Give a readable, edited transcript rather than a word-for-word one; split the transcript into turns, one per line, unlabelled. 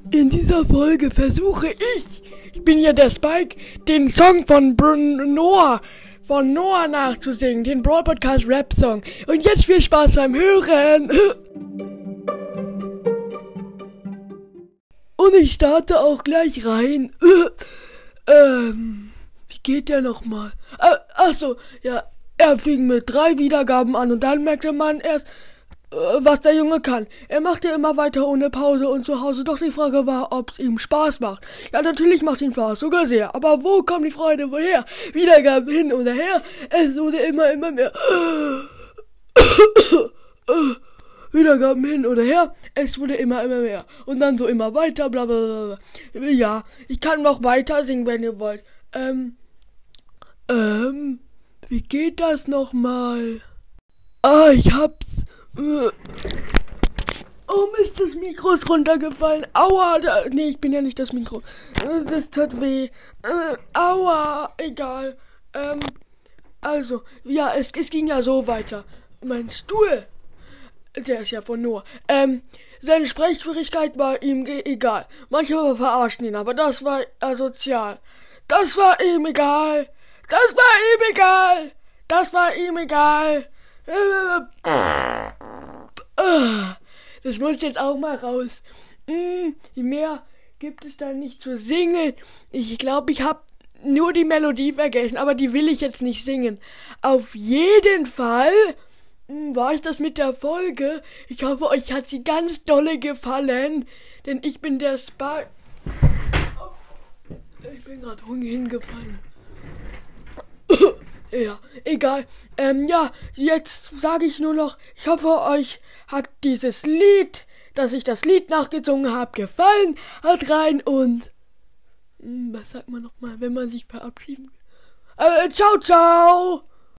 In dieser Folge versuche ich bin ja der Spike, den Song von Noah nachzusingen, den Brawl Podcast Rap Song. Und jetzt viel Spaß beim Hören. Und ich starte auch gleich rein. Wie geht der nochmal? Achso, ja, er fing mit 3 Wiedergaben an und dann merkte man erst, was der Junge kann. Er machte immer weiter ohne Pause und zu Hause, doch die Frage war, ob es ihm Spaß macht. Ja, natürlich macht ihm Spaß, sogar sehr. Aber wo kommt die Freude woher? Wiedergaben hin oder her, es wurde immer mehr. Wiedergaben hin oder her, es wurde immer mehr. Und dann so immer weiter, bla bla bla. Ja, ich kann noch weiter singen, wenn ihr wollt. Wie geht das nochmal? Ich hab's. Oh Mist, das Mikro ist runtergefallen. Aua, nee, ich bin ja nicht das Mikro. Das tut weh. Aua, egal. Also, ja, es ging ja so weiter. Mein Stuhl, der ist ja von Noah. Seine Sprechschwierigkeit war ihm egal. Manchmal verarschten ihn, aber das war asozial. Das war ihm egal. Das war ihm egal. Das war ihm egal. Das muss jetzt auch mal raus. Mehr gibt es da nicht zu singen. Ich glaube, ich habe nur die Melodie vergessen, aber die will ich jetzt nicht singen. Auf jeden Fall war ich das mit der Folge. Ich hoffe, euch hat sie ganz dolle gefallen, denn ich bin der Spike. Ich bin gerade hingefallen. Ja, egal. Ja, jetzt sage ich nur noch, ich hoffe, euch hat dieses Lied, dass ich das Lied nachgesungen habe, gefallen. Haut rein und was sagt man nochmal, wenn man sich verabschieden will? Ciao, ciao!